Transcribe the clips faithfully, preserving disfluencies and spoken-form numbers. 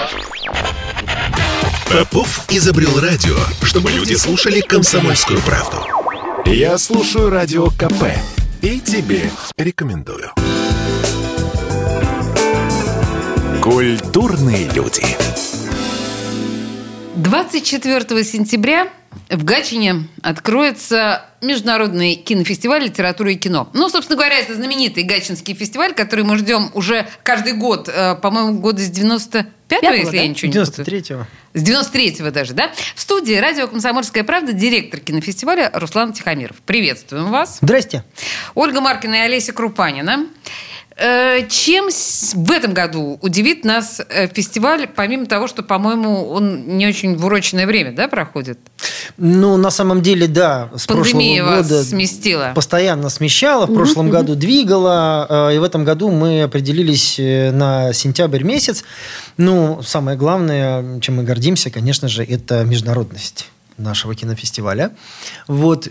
Попов изобрел радио, чтобы люди слушали «Комсомольскую правду». Я слушаю Радио КП и тебе рекомендую. Культурные люди. двадцать четвёртого сентября в Гатчине откроется Международный кинофестиваль литературы и кино. Ну, собственно говоря, это знаменитый гатчинский фестиваль, который мы ждем уже каждый год, по-моему, года с девяносто пятого, если да? я ничего не путаю. девяносто третьего. С девяносто третьего даже, да? В студии радио «Комсомольская правда» директор кинофестиваля Руслан Тихомиров. Приветствуем вас. Здрасте. Ольга Маркина и Олеся Крупанина. Чем в этом году удивит нас фестиваль, помимо того, что, по-моему, он не очень в урочное время, да, проходит? Ну, на самом деле, да. С Пандемия прошлого года вас сместила. Постоянно смещала, в прошлом mm-hmm. году двигала, и в этом году мы определились на сентябрь месяц. Ну, самое главное, чем мы гордимся, конечно же, это международность нашего кинофестиваля. Вот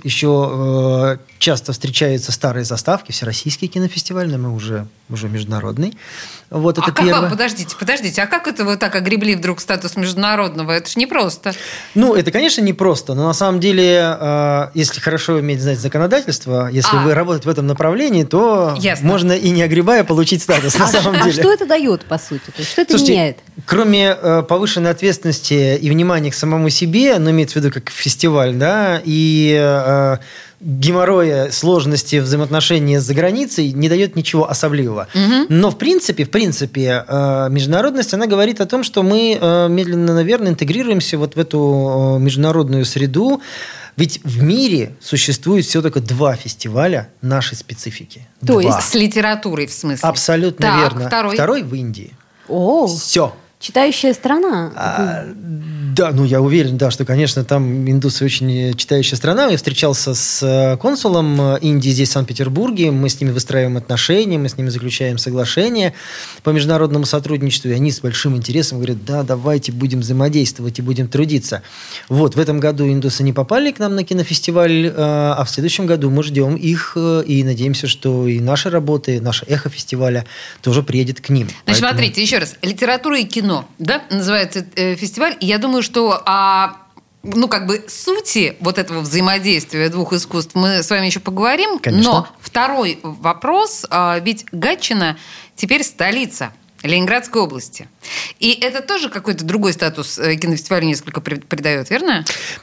еще э, часто встречаются старые заставки, всероссийский кинофестиваль, но мы уже, уже международный. Вот это а как первое. Вам, подождите, подождите, а как это вы так огребли вдруг статус международного? Это же непросто. Ну, это, конечно, непросто, но на самом деле, э, если хорошо уметь знать законодательство, если а. вы работаете в этом направлении, то Ясно. Можно и не огребая получить статус на самом деле. А что это дает, по сути? То есть, что это Слушайте, меняет? Кроме э, повышенной ответственности и внимания к самому себе, но имеется в виду как фестиваль, да, и э, геморроя, сложности взаимоотношений за границей не дает ничего особливого. Угу. Но в принципе, в принципе, э, международность, она говорит о том, что мы э, медленно, наверное, интегрируемся вот в эту э, международную среду. Ведь в мире существует всего только два фестиваля нашей специфики. То два. есть с литературой, в смысле? Абсолютно так, верно. Второй? Второй в Индии. О, все. Читающая страна. А, да, ну я уверен, да, что, конечно, там индусы очень читающая страна. Я встречался с консулом Индии здесь, в Санкт-Петербурге. Мы с ними выстраиваем отношения, мы с ними заключаем соглашения по международному сотрудничеству. И они с большим интересом говорят, да, давайте будем взаимодействовать и будем трудиться. Вот, в этом году индусы не попали к нам на кинофестиваль, а в следующем году мы ждем их и надеемся, что и наши работы, наше эхо фестиваля тоже приедет к ним. Значит, Поэтому... смотрите, еще раз. Литература и кино. Да, называется э, фестиваль. И я думаю, что о, ну, как бы сути вот этого взаимодействия двух искусств мы с вами еще поговорим. Конечно. Но второй вопрос. А, ведь Гатчина теперь столица Ленинградской области. И это тоже какой-то другой статус кинофестиваля несколько придает, верно?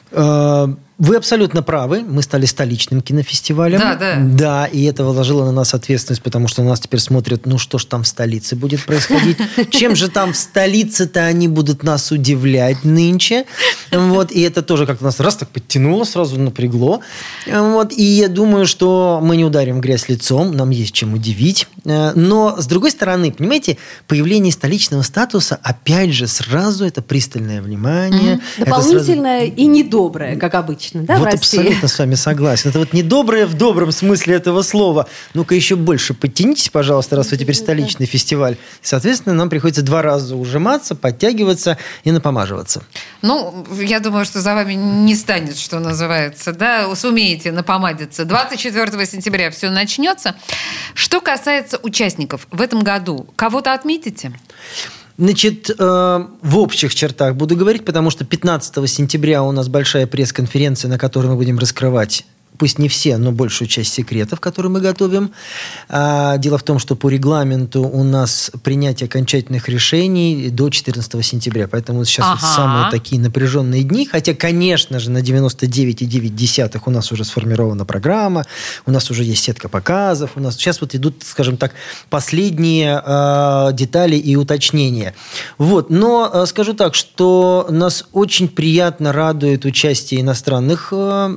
Вы абсолютно правы. Мы стали столичным кинофестивалем. Да, да. Да, и это возложило на нас ответственность, потому что нас теперь смотрят, ну что ж там в столице будет происходить? Чем же там в столице-то они будут нас удивлять нынче? Вот, и это тоже как-то нас раз так подтянуло, сразу напрягло. Вот, и я думаю, что мы не ударим в грязь лицом, нам есть чем удивить. Но, с другой стороны, понимаете, появление столичного статуса, опять же, сразу это пристальное внимание. Mm-hmm. Дополнительное сразу... и недоброе, как обычно. Да, вот абсолютно с вами согласен. Это вот недоброе в добром смысле этого слова. Ну-ка еще больше подтянитесь, пожалуйста, раз вы теперь столичный фестиваль. Соответственно, нам приходится два раза ужиматься, подтягиваться и напомаживаться. Ну, я думаю, что за вами не станет, что называется. Да, сумеете напомадиться. двадцать четвёртого сентября все начнется. Что касается участников в этом году, кого-то отметите? Значит, в общих чертах буду говорить, потому что пятнадцатого сентября у нас большая пресс-конференция, на которой мы будем раскрывать, пусть не все, но большую часть секретов, которые мы готовим. Дело в том, что по регламенту у нас принятие окончательных решений до четырнадцатого сентября. Поэтому сейчас ага. вот самые такие напряженные дни. Хотя, конечно же, на девяносто девять целых девять десятых у нас уже сформирована программа, у нас уже есть сетка показов. У нас сейчас вот идут, скажем так, последние э, детали и уточнения. Вот. Но э, скажу так, что нас очень приятно радует участие иностранных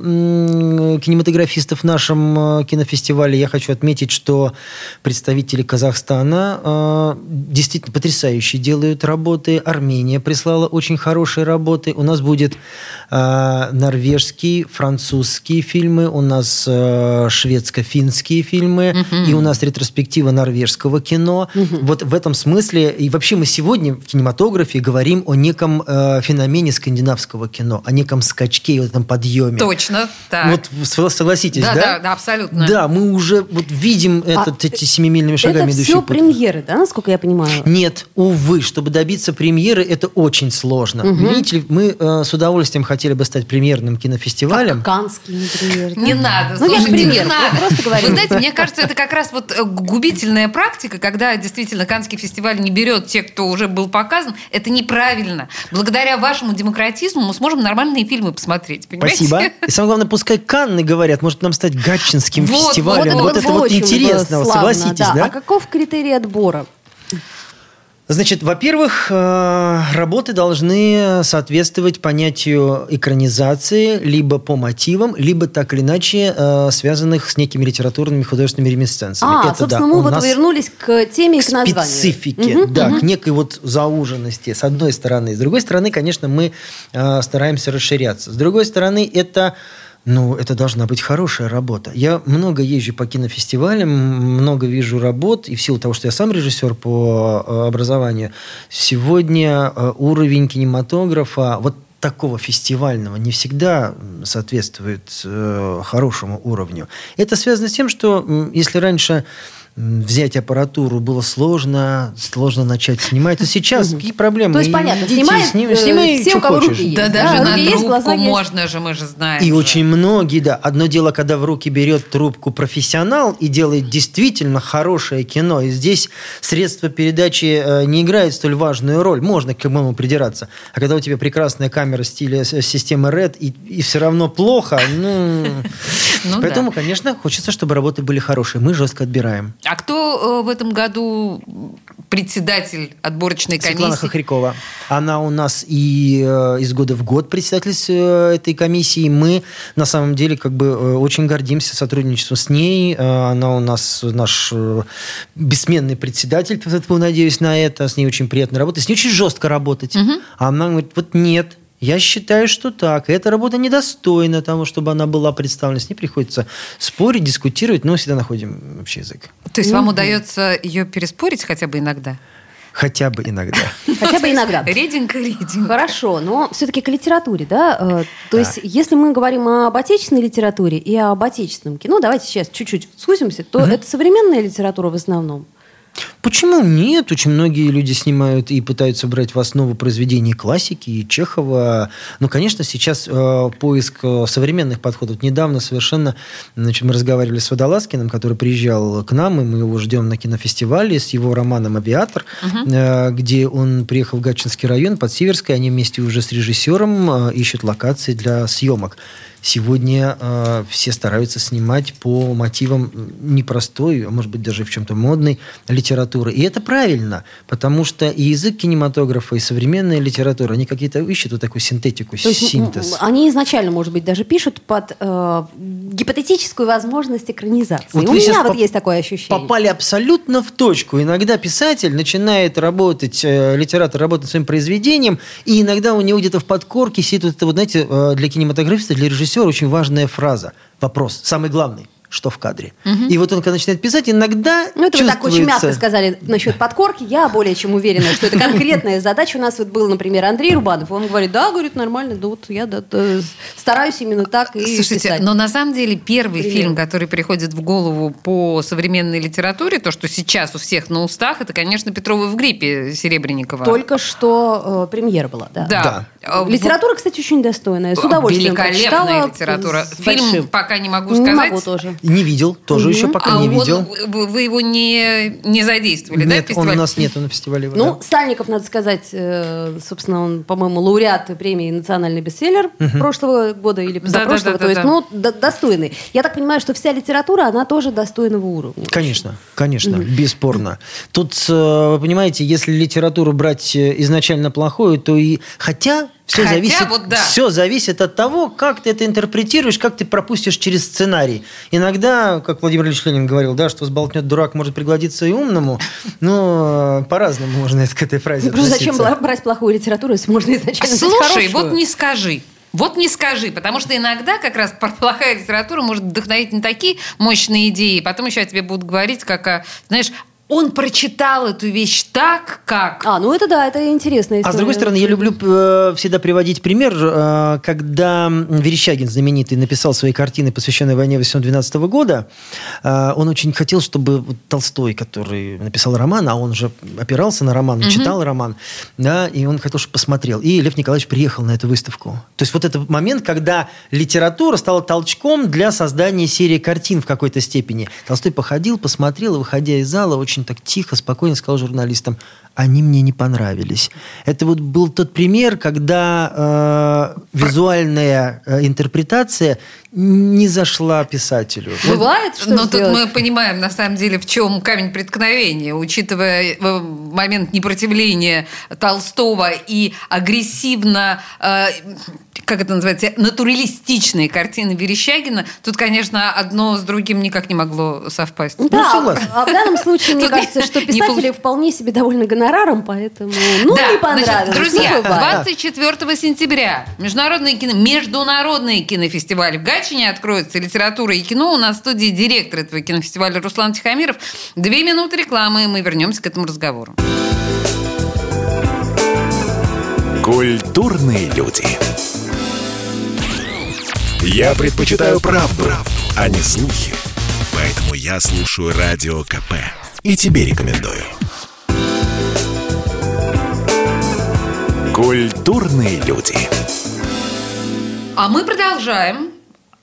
э, кинематографистов в нашем кинофестивале. Я хочу отметить, что представители Казахстана э, действительно потрясающе делают работы. Армения прислала очень хорошие работы. У нас будет э, норвежские, французские фильмы, у нас э, шведско-финские фильмы, uh-huh. и у нас ретроспектива норвежского кино. Uh-huh. Вот в этом смысле, и вообще мы сегодня в кинематографе говорим о неком э, феномене скандинавского кино, о неком скачке, о этом подъеме. Точно, так. Вот в согласитесь, Да, да? да, да, абсолютно. Да, мы уже вот видим А этот, эти семимильными шагами Это идущий все путь. премьеры, да, насколько я понимаю? Нет, увы, чтобы добиться премьеры, это очень сложно. Видите ли, мы э, с удовольствием хотели бы стать премьерным кинофестивалем. Как Канский, например. да? Не надо, Ну, я, слушайте, например, не надо. просто говорю. Вы знаете, мне кажется, это как раз вот э, губительная практика, когда действительно Каннский фестиваль не берет тех, кто уже был показан. Это неправильно. Благодаря вашему демократизму мы сможем нормальные фильмы посмотреть, понимаете? Спасибо. И самое главное, пускай Канны говорят, может нам стать Гатчинским Вот, фестивалем. вот Вот, это это было вот очень интересно, бы вот славно, согласитесь, да. да? А каков критерий отбора? Значит, во-первых, э, работы должны соответствовать понятию экранизации либо по мотивам, либо так или иначе э, связанных с некими литературными художественными реминисценциями. А, Это, собственно, да, мы у вот нас вернулись к теме и к, к названию. специфике, Мгм, да, мгм. к некой вот зауженности, с одной стороны. С другой стороны, конечно, мы э, стараемся расширяться. С другой стороны, это... Ну, это должна быть хорошая работа. Я много езжу по кинофестивалям, много вижу работ, и в силу того, что я сам режиссер по э, образованию, сегодня э, уровень кинематографа, вот такого фестивального, не всегда соответствует э, хорошему уровню. Это связано с тем, что м, если раньше взять аппаратуру было сложно, сложно начать снимать, то сейчас какие проблемы? То есть, понятно, Идите, снимает, снимай, э, снимай, все, что у кого хочешь. руки есть. Да, Да, даже руки на есть, трубку глаза есть. можно же, мы же знаем. И же. очень многие, да. Одно дело, когда в руки берет трубку профессионал и делает действительно хорошее кино. И здесь средства передачи э, не играют столь важную роль. Можно к любому придираться. А когда у тебя прекрасная камера стиля с- системы ред, и, и все равно плохо, ну... Ну Поэтому, да. конечно, хочется, чтобы работы были хорошие. Мы жестко отбираем. А кто э, в этом году председатель отборочной комиссии? Светлана Хохрякова. Она у нас и э, из года в год председатель э, этой комиссии. Мы, на самом деле, как бы э, очень гордимся сотрудничеством с ней. Э, она у нас наш э, бессменный председатель, поэтому надеюсь на это. С ней очень приятно работать. С ней очень жестко работать. А она говорит, вот нет. Я считаю, что так. И эта работа недостойна того, чтобы она была представлена. С ней приходится спорить, дискутировать, но всегда находим общий язык. То есть вам удается ее переспорить хотя бы иногда? Хотя бы иногда. Хотя бы иногда. Реденько, реденько. Хорошо, но все-таки к литературе, да? Э, То Так. есть, если мы говорим об отечественной литературе и об отечественном кино, давайте сейчас чуть-чуть сузимся, то это современная литература в основном. Почему нет? Очень многие люди снимают и пытаются брать в основу произведений классики и Чехова. Ну, конечно, сейчас э, поиск э, современных подходов. Недавно совершенно, значит, мы разговаривали с Водолазкиным, который приезжал к нам, и мы его ждем на кинофестивале с его романом «Авиатор», э, где он приехал в Гатчинский район, под Сиверской. Они вместе уже с режиссером э, ищут локации для съемок. Сегодня э, все стараются снимать по мотивам непростой, а может быть, даже в чем-то модной литературы. И это правильно, потому что и язык кинематографа, и современная литература, они какие-то ищут вот такую синтетику, То есть, синтез. м, они изначально, может быть, даже пишут под э, гипотетическую возможность экранизации. Вот У вы меня щас вот поп- есть такое ощущение. Попали абсолютно в точку. Иногда писатель начинает работать, э, литератор работает над своим произведением, и иногда у него где-то в подкорке сидит вот это, вот, знаете, э, для кинематографиста, для режиссера очень важная фраза. Вопрос. Самый главный. Что в кадре. И вот он, когда начинает писать, иногда Ну, это вы так очень чувствуется- мягко сказали насчет подкорки. Я более чем уверена, что это конкретная задача. У нас вот был, например, Андрей Рубанов. Он говорит, да, говорит, нормально, да вот я да, да, стараюсь именно так и Слушайте, писать. но на самом деле первый Пример. фильм, который приходит в голову по современной литературе, то, что сейчас у всех на устах, это, конечно, «Петрова в гриппе» Серебренникова. Только что э, премьера была, да. Да. А, Литература, кстати, очень достойная. С вот, удовольствием великолепная прочитала. литература. С Фильм большим. пока не могу Не сказать. могу тоже. Не видел, тоже еще пока А не он- видел. вы, вы его не, не задействовали, да, в Нет, он фестивале? у нас нет на фестивале. его, Ну, да. Сальников, надо сказать, э, собственно, он, по-моему, лауреат премии «Национальный бестселлер» прошлого года или позапрошлого. Да-да-да-да-да. То есть, ну, до- достойный. Я так понимаю, что вся литература, она тоже достойного уровня. Конечно, конечно, бесспорно. Тут, э, вы понимаете, если литературу брать э, изначально плохую, то и... Хотя все Хотя зависит, вот да. все зависит от того, как ты это интерпретируешь, как ты пропустишь через сценарий. Иногда, как Владимир Ильич Ленин говорил, да, что сболтнет дурак может пригодиться и умному, но э, по-разному можно это- к этой фразе Просто зачем относиться. бла- брать плохую литературу, если можно изначально взять Слушай, хорошую? вот не скажи. Вот не скажи, потому что иногда как раз плохая литература может вдохновить на такие мощные идеи, потом еще о тебе будут говорить, как о, знаешь, он прочитал эту вещь так, как... А, ну это да, это интересная история. А с другой стороны, я люблю э, всегда приводить пример, э, когда Верещагин, знаменитый, написал свои картины, посвященные войне восемьсот двенадцатого года. Э, он очень хотел, чтобы вот Толстой, который написал роман, а он же опирался на роман, mm-hmm. читал роман, да, и он хотел, чтобы посмотрел. И Лев Николаевич приехал на эту выставку. То есть вот этот момент, когда литература стала толчком для создания серии картин в какой-то степени. Толстой походил, посмотрел, и, выходя из зала, очень так тихо, спокойно сказал журналистам: они мне не понравились. Это вот был тот пример, когда э, визуальная э, интерпретация не зашла писателю. Бывает, что Но сделать? тут мы понимаем, на самом деле, в чем камень преткновения. Учитывая момент непротивления Толстого и агрессивно, э, как это называется, натуралистичные картины Верещагина, тут, конечно, одно с другим никак не могло совпасть. Да, Ну, согласен. а в данном случае, мне Тут кажется, что не писатели вполне себе довольны гонораром, поэтому, ну, Да, не понравилось. значит, друзья, Ну, бывает. двадцать четвёртого сентября Международный кино, международный кинофестиваль в Гатчине откроется. Литература и кино. У нас в студии директор этого кинофестиваля Руслан Тихомиров. Две минуты рекламы, и мы вернемся к этому разговору. Культурные люди. Я предпочитаю правду, а не слухи. Поэтому я слушаю Радио КП. И тебе рекомендую. Культурные люди. А мы продолжаем.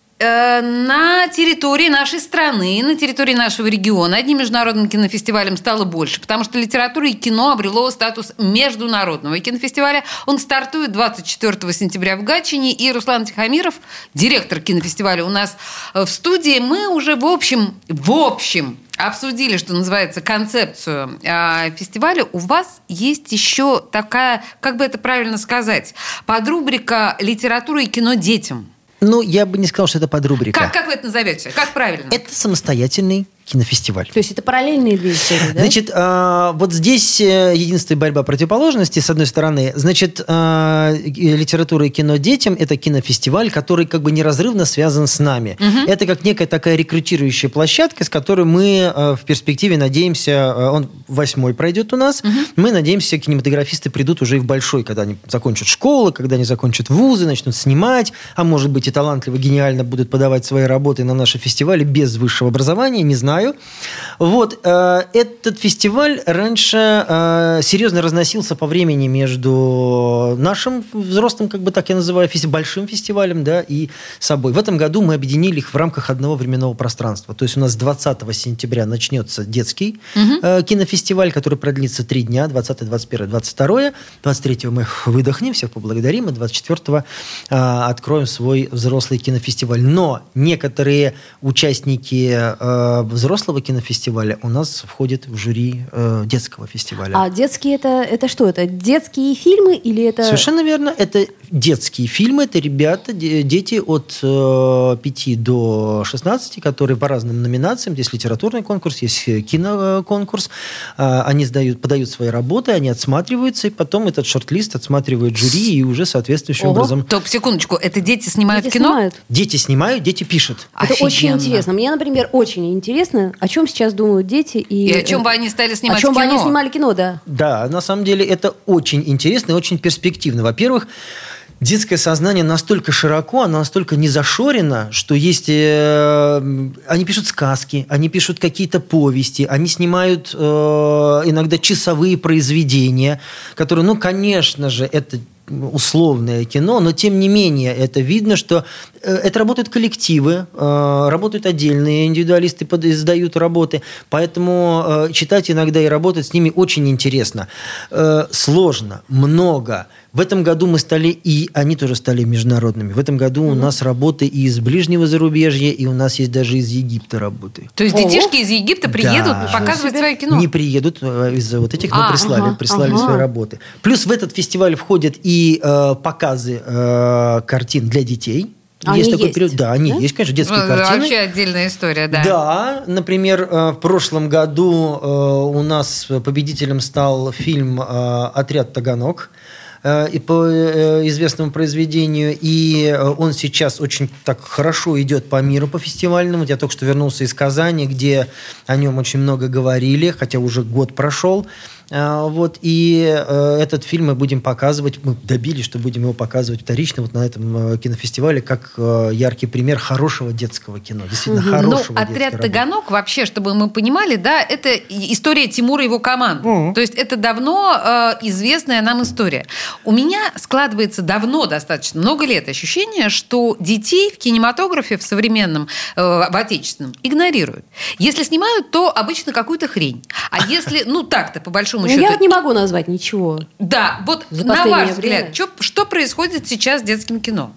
Э, На территории нашей страны, на территории нашего региона одним международным кинофестивалем стало больше, потому что литература и кино обрело статус международного кинофестиваля. Он стартует двадцать четвёртого сентября в Гатчине, и Руслан Тихомиров, директор кинофестиваля, у нас в студии. Мы уже в общем, в общем обсудили, что называется, концепцию э, фестиваля. У вас есть еще такая, как бы это правильно сказать, подрубрика «Литература и кино детям». Ну, я бы не сказал, что это подрубрика. Как, как вы это назовете? Как правильно? Это самостоятельный кинофестиваль. То есть это параллельные две истории, да? Значит, э, вот здесь э, единство и борьба противоположностей, с одной стороны. Значит, э, литература и кино детям – это кинофестиваль, который как бы неразрывно связан с нами. Угу. Это как некая такая рекрутирующая площадка, с которой мы э, в перспективе надеемся, э, он восьмой пройдет у нас, угу. мы надеемся, кинематографисты придут уже и в большой, когда они закончат школу, когда они закончат вузы, начнут снимать, а может быть и талантливо, гениально будут подавать свои работы на наши фестивали без высшего образования, не знаю. Вот, э, этот фестиваль раньше э, серьезно разносился по времени между нашим взрослым, как бы так я называю, фести- большим фестивалем, да, и собой. В этом году мы объединили их в рамках одного временного пространства. То есть у нас двадцатого сентября начнется детский угу. э, кинофестиваль, который продлится три дня, двадцатое, двадцать первое, двадцать второе. двадцать третьего мы выдохнем, всех поблагодарим, и двадцать четвёртого э, откроем свой взрослый кинофестиваль. Но некоторые участники э, взрослого кинофестиваля у нас входят в жюри э, детского фестиваля. А детские это, это что? Это детские фильмы или это... Совершенно верно. Это детские фильмы. Это ребята, дети от э, пяти до шестнадцати, которые по разным номинациям. Есть литературный конкурс, есть киноконкурс. Э, они сдают, подают свои работы, они отсматриваются, и потом этот шорт-лист отсматривает жюри, и уже соответствующим Ого. образом... Топ, секундочку. Это дети снимают Дети кино? снимают. Дети снимают, дети пишут. Это Офигенно. очень интересно. Мне, например, очень интересно, о чем сейчас думают дети. И, И о чем бы они стали снимать О чем в бы кино? они снимали кино, да. Да, на самом деле это очень интересно и очень перспективно. Во-первых, детское сознание настолько широко, оно настолько не зашорено, что есть... Э, они пишут сказки, они пишут какие-то повести, они снимают э, иногда часовые произведения, которые, ну, конечно же, это условное кино, но тем не менее это видно, что это работают коллективы, работают отдельные индивидуалисты, издают работы, поэтому читать иногда и работать с ними очень интересно. Сложно, много. В этом году мы стали, и они тоже стали международными. В этом году mm-hmm. у нас работы и из ближнего зарубежья, и у нас есть даже из Египта работы. То есть Ого. детишки из Египта приедут Да. показывать свое кино? Не приедут из-за вот этих, но А, прислали, ага, прислали ага. свои работы. Плюс в этот фестиваль входят и э, показы э, картин для детей. Они есть такой есть? период. Да, они Да? есть, конечно, детские Ну, картины. Вообще отдельная история, да. Да, например, э, в прошлом году э, у нас победителем стал фильм э, «Отряд Таганок». э, и по э, известному произведению, и он сейчас очень так хорошо идет по миру, по фестивальному. Я только что вернулся из Казани, где о нем очень много говорили, хотя уже год прошел. Вот, и э, этот фильм мы будем показывать, мы добились, что будем его показывать вторично вот на этом э, кинофестивале, как э, яркий пример хорошего детского кино. Действительно, угу. хорошего Ну, «Отряд Таганок», вообще, чтобы мы понимали, да, это история Тимура и его команды. Угу. То есть это давно э, известная нам история. У меня складывается давно, достаточно много лет, ощущение, что детей в кинематографе, в современном, э, в отечественном, игнорируют. Если снимают, то обычно какую-то хрень. А если, ну так-то, по большому Ну, я вот не могу назвать ничего. Да, вот на ваш взгляд, что, что происходит сейчас с детским кино?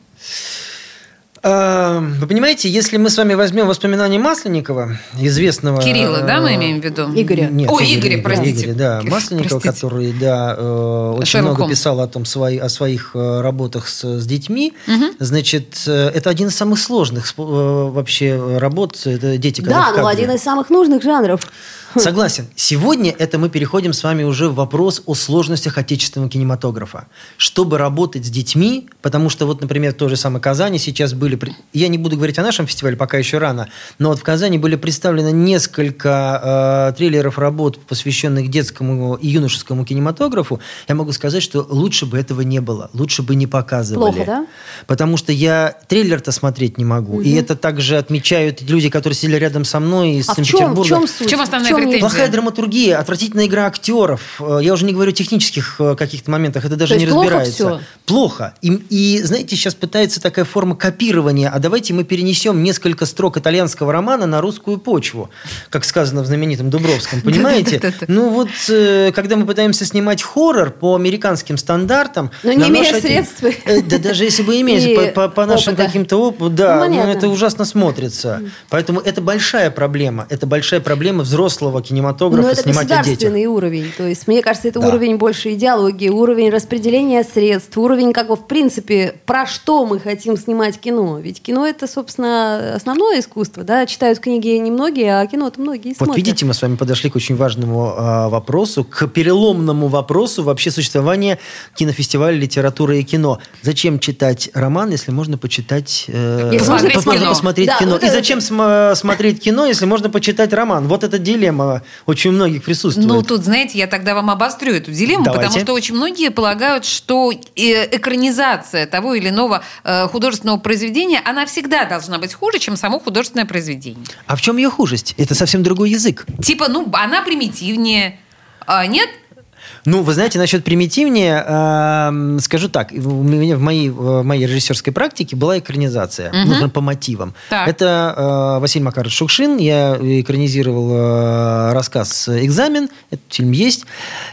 Вы понимаете, если мы с вами возьмем воспоминания Масленникова, известного... Кирилла, да, мы имеем в виду? Игоря. Нет, О, Игоря, Игоря, простите. Игоря, да. Масленникова, простите. который, да, очень Шерлок много Холмс. писал о, том, свои, о своих работах с, с детьми. Угу. Значит, это один из самых сложных вообще работ. Это дети, когда Да, но один из самых нужных жанров. Согласен. Сегодня это мы переходим с вами уже в вопрос о сложностях отечественного кинематографа. Чтобы работать с детьми, потому что вот, например, в той же самой Казани сейчас были... Я не буду говорить о нашем фестивале, пока еще рано, но вот в Казани были представлены несколько э, трейлеров работ, посвященных детскому и юношескому кинематографу. Я могу сказать, что лучше бы этого не было. Лучше бы не показывали. Плохо, да? Потому что я трейлер-то смотреть не могу. Угу. И это также отмечают люди, которые сидели рядом со мной из а Санкт-Петербурга. В чем, в чем суть? В чем основная в чем претензия? Плохая драматургия, отвратительная игра актеров. Я уже не говорю о технических каких-то моментах, это даже То не есть разбирается. Плохо. Плохо. И, и, знаете, сейчас пытается такая форма копирования. А давайте мы перенесем несколько строк итальянского романа на русскую почву, как сказано в знаменитом Дубровском. Понимаете? Ну вот, когда мы пытаемся снимать хоррор по американским стандартам... Но не имея средств. Да даже если бы имея, по нашим каким-то опытам, да, ну это ужасно смотрится. Поэтому это большая проблема. Это большая проблема взрослого кинематографа, но это снимать о детях. государственный уровень. То есть, мне кажется, это да. уровень больше идеологии, уровень распределения средств, уровень, как бы, в принципе, про что мы хотим снимать кино. Ведь кино — это, собственно, основное искусство. Да? Читают книги немногие, а кино-то многие смотрят. Вот видите, мы с вами подошли к очень важному э, вопросу, к переломному вопросу вообще существования кинофестиваля литературы и кино. Зачем читать роман, если можно почитать... Э, если можно посмотреть кино. Посмотреть да, кино. Вот и это... зачем см- смотреть кино, если можно почитать роман? Вот эта дилемма очень у многих присутствует. Ну, тут, знаете, я тогда вам обострю эту дилемму, Давайте. потому что очень многие полагают, что экранизация того или иного художественного произведения, она всегда должна быть хуже, чем само художественное произведение. А в чем ее хужесть? Это совсем другой язык. Типа, ну, она примитивнее. А, нет? Ну, вы знаете, насчет примитивнее, э, скажу так, у меня в моей, в моей режиссерской практике была экранизация, угу. нужно по мотивам. Так. Это э, Василий Макарович Шукшин, я экранизировал э, рассказ «Экзамен», этот фильм есть,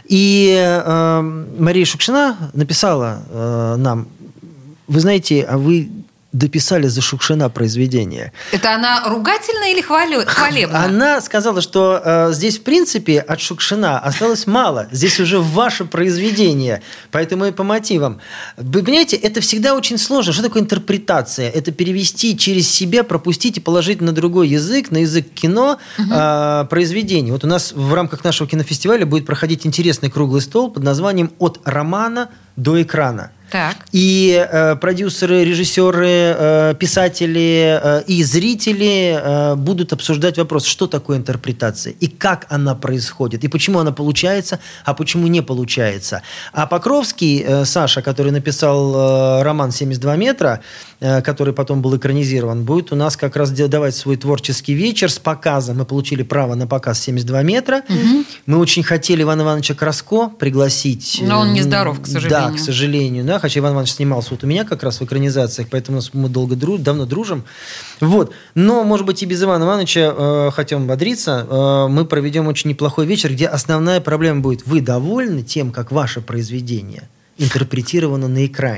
и э, Мария Шукшина написала э, нам, вы знаете, а вы... дописали за Шукшина произведение. Это она ругательная или хвалебная? Она сказала, что э, здесь, в принципе, от Шукшина осталось мало. Здесь уже ваше произведение. Поэтому и по мотивам. Вы понимаете, это всегда очень сложно. Что такое интерпретация? Это перевести через себя, пропустить и положить на другой язык, на язык кино угу. э, произведение. Вот у нас в рамках нашего кинофестиваля будет проходить интересный круглый стол под названием «От романа до экрана». Так. И э, продюсеры, режиссеры, э, писатели э, и зрители э, будут обсуждать вопрос, что такое интерпретация и как она происходит, и почему она получается, а почему не получается. А Покровский, э, Саша, который написал э, роман «семьдесят два метра», э, который потом был экранизирован, будет у нас как раз давать свой творческий вечер с показом. Мы получили право на показ «семьдесят два метра». Угу. Мы очень хотели Ивана Ивановича Краско пригласить. Но он нездоров, к сожалению. Да, к сожалению, да. Хотя Иван Иванович снимался вот у меня как раз в экранизациях, поэтому мы долго дру... давно дружим. Вот. Но, может быть, и без Ивана Ивановича, э, хотим бодриться, э, мы проведем очень неплохой вечер, где основная проблема будет: вы довольны тем, как ваше произведение интерпретировано на экране?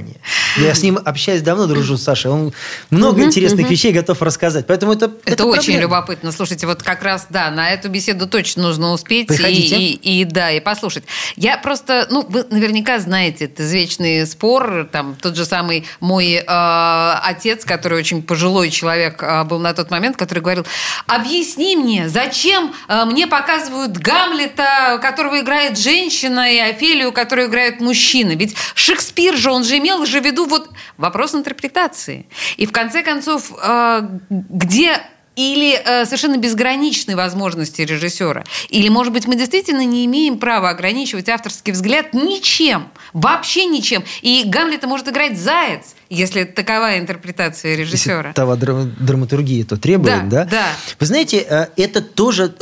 Я с ним общаюсь давно, дружу с Сашей. Он много интересных вещей готов рассказать. Поэтому это Это, это очень проблема. любопытно. Слушайте, вот как раз, да, на эту беседу точно нужно успеть и, Приходите. и, и, да, и послушать. Я просто, ну, вы наверняка знаете, это извечный спор, там, тот же самый мой э, отец, который очень пожилой человек э, был на тот момент, который говорил: объясни мне, зачем э, мне показывают Гамлета, которого играет женщина, и Офелию, которую играет мужчина? Ведь Шекспир же, он же имел же в виду вот вопрос интерпретации. И в конце концов, э, где... Или э, совершенно безграничные возможности режиссера. Или, может быть, мы действительно не имеем права ограничивать авторский взгляд ничем. Вообще ничем. И Гамлета может играть заяц, если такова интерпретация режиссера. Если того драматургии то требует, да? Да, да. Вы знаете, это тоже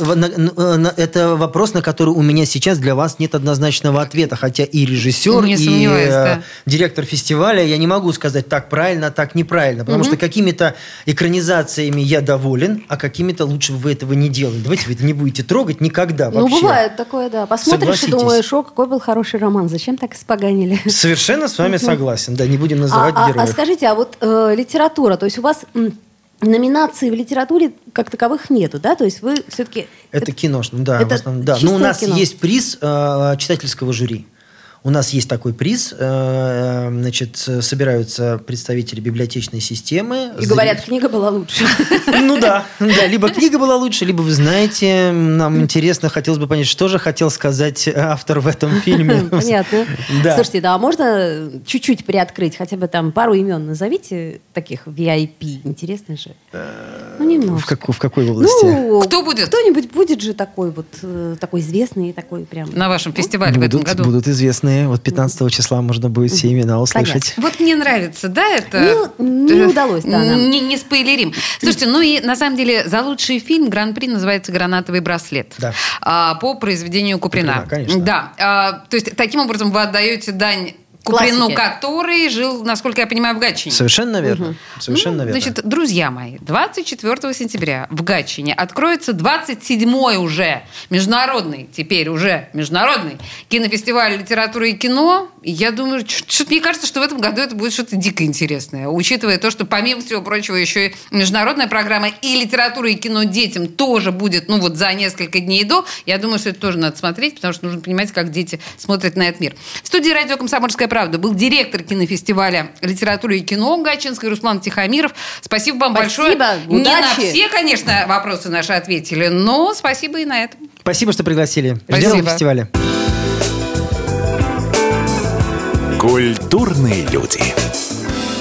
это вопрос, на который у меня сейчас для вас нет однозначного ответа. Хотя и режиссер, Не и сомневаюсь, да. директор фестиваля, я не могу сказать так правильно, так неправильно. Потому Угу. что какими-то экранизациями я доволен, а какими-то лучше бы вы этого не делали. Давайте вы это не будете трогать никогда вообще. Ну, бывает такое, да. Посмотришь Согласитесь. и думаешь, о, какой был хороший роман, зачем так испоганили? Совершенно с вами согласен. Да, не будем называть а, а, героев. а скажите, а вот э, литература, то есть у вас м, номинаций в литературе как таковых нету, да? То есть вы все-таки... Это кино, да, это в основном, да. Но чистое у нас кино. есть приз э, читательского жюри. У нас есть такой приз. Э, значит, собираются представители библиотечной системы. И говорят, книга была лучше. Ну да, да. Либо книга была лучше, либо, вы знаете, нам интересно, хотелось бы понять, что же хотел сказать автор в этом фильме. Понятно. Да. Слушайте, да, а можно чуть-чуть приоткрыть, хотя бы там пару имен назовите, таких ви ай пи, интересно же. Ну, В, немножко. как- в какой области? Ну, Кто будет? Кто-нибудь будет же такой вот, э, такой известный, такой прям... На вашем фестивале в этом будут, году. будут известные. Вот пятнадцатого числа можно будет все имена услышать. Вот мне нравится, да, это... Не- не удалось, да, нам. Не, не спойлерим. Слушайте, ну и на самом деле за лучший фильм гран-при называется «Гранатовый браслет». Да. А, по произведению Куприна. Куприна, конечно. Да. А, то есть таким образом вы отдаете дань Куприну, Классики. который жил, насколько я понимаю, в Гатчине. Совершенно верно. Совершенно Ну, верно. Значит, друзья мои, двадцать четвёртого сентября в Гатчине откроется двадцать седьмой уже международный, теперь уже международный кинофестиваль литературы и кино. И я думаю, что-то мне кажется, что в этом году это будет что-то дико интересное, учитывая то, что помимо всего прочего еще и международная программа и литература и кино детям тоже будет, ну вот за несколько дней до. Я думаю, что это тоже надо смотреть, потому что нужно понимать, как дети смотрят на этот мир. В студии радио «Комсомольская правда» был директор кинофестиваля литературы и кино Гатчинской Руслан Тихомиров. Спасибо вам Спасибо, большое. Не на удачи. все, конечно, вопросы наши ответили, но спасибо и на этом. Спасибо, что пригласили. Ждем Спасибо. на фестивале. Культурные люди.